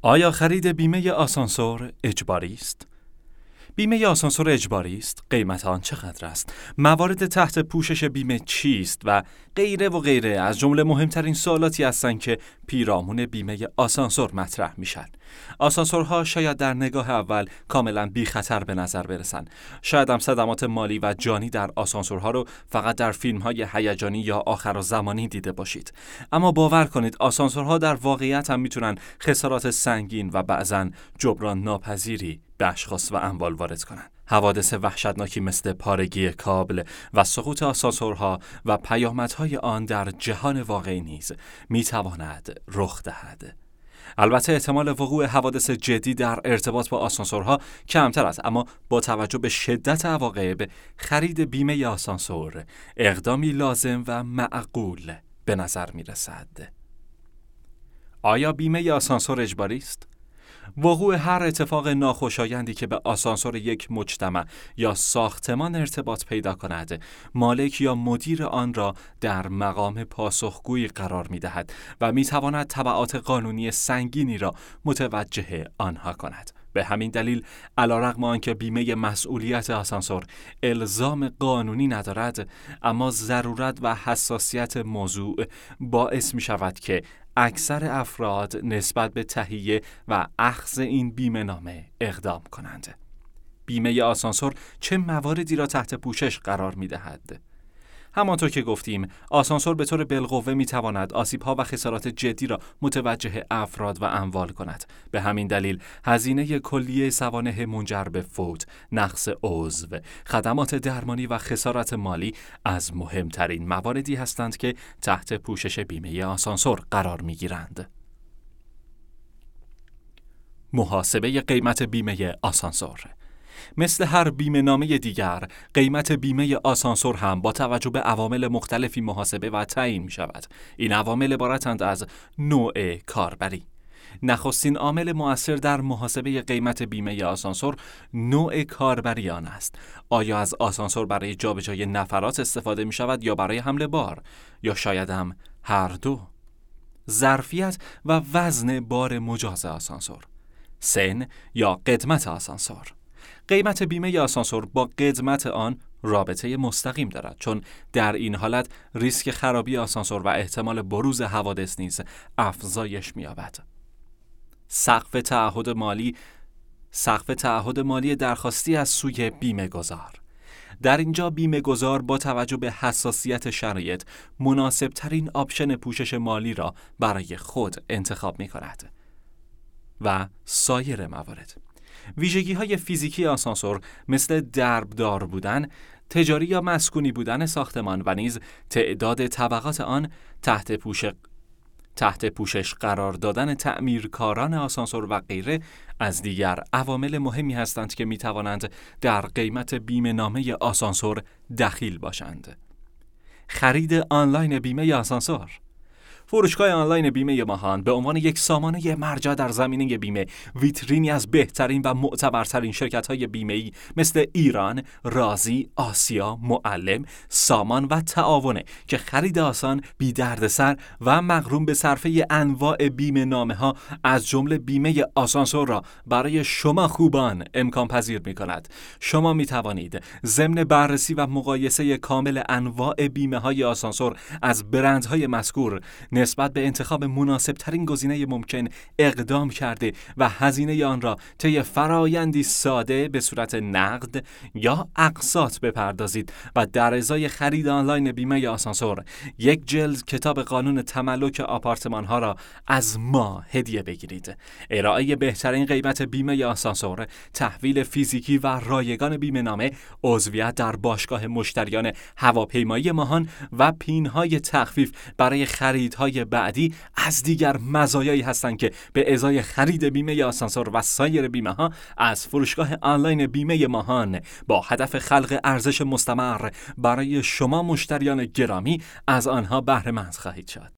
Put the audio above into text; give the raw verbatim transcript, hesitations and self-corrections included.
آیا خرید بیمه آسانسور اجباری است؟ بیمه آسانسور اجباری است؟ قیمت آن چقدر است؟ موارد تحت پوشش بیمه چیست و غیره و غیره از جمله مهمترین سوالاتی هستند که پیرامون بیمه آسانسور مطرح میشن. آسانسورها شاید در نگاه اول کاملا بی خطر به نظر برسن. شاید هم صدمات مالی و جانی در آسانسورها رو فقط در فیلم‌های هیجانی یا آخرالزمانی دیده باشید. اما باور کنید آسانسورها در واقعیت هم میتونن خسارات سنگین و بعضاً جبران ناپذیری به اشخاص و اموال وارد کنند. حوادث وحشتناکی مثل پارگی کابل و سقوط آسانسورها و پیامدهای آن در جهان واقعی نیز میتواند رخ دهد. البته احتمال وقوع حوادث جدی در ارتباط با آسانسورها کمتر است، اما با توجه به شدت عواقب خرید بیمه آسانسور اقدامی لازم و معقول به نظر میرسد. آیا بیمه آسانسور اجباری است؟ وقوع هر اتفاق ناخوشایندی که به آسانسور یک مجتمع یا ساختمان ارتباط پیدا کند، مالک یا مدیر آن را در مقام پاسخگویی قرار می‌دهد و می‌تواند تبعات قانونی سنگینی را متوجه آنها کند. به همین دلیل علیرغم آنکه بیمه مسئولیت آسانسور الزام قانونی ندارد، اما ضرورت و حساسیت موضوع باعث می‌شود که اکثر افراد نسبت به تهیه و اخذ این بیمه نامه اقدام کنند. بیمه آسانسور چه مواردی را تحت پوشش قرار می‌دهد؟ همانطور که گفتیم، آسانسور به طور بالقوه می‌تواند آسیب‌ها و خسارات جدی را متوجه افراد و اموال کند. به همین دلیل هزینه کلیه سوانح منجر به فوت، نقص عضو، خدمات درمانی و خسارات مالی از مهمترین مواردی هستند که تحت پوشش بیمه آسانسور قرار می‌گیرند. محاسبه قیمت بیمه آسانسور. مثل هر بیمه نامه دیگر، قیمت بیمه آسانسور هم با توجه به عوامل مختلفی محاسبه و تعیین می شود. این عوامل عبارتند از نوع کاربری. نخستین عامل مؤثر در محاسبه قیمت بیمه آسانسور نوع کاربری آن است. آیا از آسانسور برای جابجایی نفرات استفاده می شود یا برای حمل بار، یا شاید هم هر دو؟ ظرفیت و وزن بار مجاز آسانسور. سن یا قدمت آسانسور. قیمت بیمه آسانسور با قدمت آن رابطه مستقیم دارد، چون در این حالت ریسک خرابی آسانسور و احتمال بروز حوادث نیز افزایش می‌یابد. سقف تعهد مالی سقف تعهد مالی درخواستی از سوی بیمه گذار. در اینجا بیمه گذار با توجه به حساسیت شرایط مناسب ترین آپشن پوشش مالی را برای خود انتخاب می کند. و سایر موارد. ویژگی‌های فیزیکی آسانسور مثل دربدار بودن، تجاری یا مسکونی بودن ساختمان و نیز تعداد طبقات آن، تحت پوشش تحت پوشش قرار دادن تعمیرکاران آسانسور و غیره از دیگر عوامل مهمی هستند که می‌توانند در قیمت بیمه نامه آسانسور دخیل باشند. خرید آنلاین بیمه آسانسور. فروشگاه آنلاین بیمه ماهان به عنوان یک سامانه مرجع در زمینه بیمه، ویترینی از بهترین و معتبرترین شرکت‌های بیمه‌ای مثل ایران، رازی، آسیا، معلم، سامان و تعاونه که خرید آسان، بی دردسر و مغروم به صرفه انواع بیمه نامه‌ها از جمله بیمه آسانسور را برای شما خوبان امکان پذیر می‌کند. شما می‌توانید ضمن بررسی و مقایسه کامل انواع بیمه‌های آسانسور از برندهای مذکور نسبت به انتخاب مناسب ترین گزینه ممکن اقدام کرده و هزینه آن را طی فرایندی ساده به صورت نقد یا اقساط بپردازید و در ازای خرید آنلاین بیمه آسانسور یک جلد کتاب قانون تملک آپارتمان ها را از ما هدیه بگیرید. ارائه بهترین قیمت بیمه آسانسور، تحویل فیزیکی و رایگان بیمه نامه، عضویت در باشگاه مشتریان هواپیمایی ماهان و پین‌های تخفیف برای خریدهای بعدی از دیگر مزایایی هستند که به ازای خرید بیمه آسانسور و سایر بیمه ها از فروشگاه آنلاین بیمه ماهان با هدف خلق ارزش مستمر برای شما مشتریان گرامی از آنها بهره مند خواهید شد.